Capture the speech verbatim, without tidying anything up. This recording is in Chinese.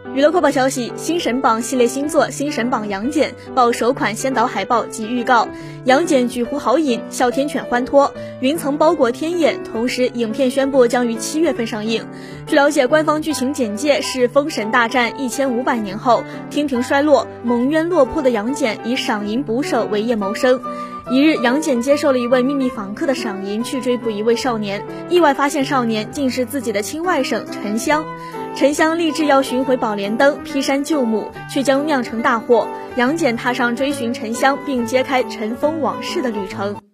娱乐快报消息，新神榜系列新作《新神榜杨戬》爆首款先导海报及预告，杨戬举壶豪饮，哮天犬欢脱，云层包裹天眼。同时，影片宣布将于七月份上映。据了解，官方剧情简介是封神大战一千五百年后，天庭衰落，蒙冤落魄的杨戬以赏银捕手为业谋生。一日，杨戬接受了一位秘密访客的赏银，去追捕一位少年，意外发现少年竟是自己的亲外甥沉香。沉香立志要寻回宝莲灯，劈山救母，却将酿成大祸。杨戬踏上追寻沉香并揭开尘封往事的旅程。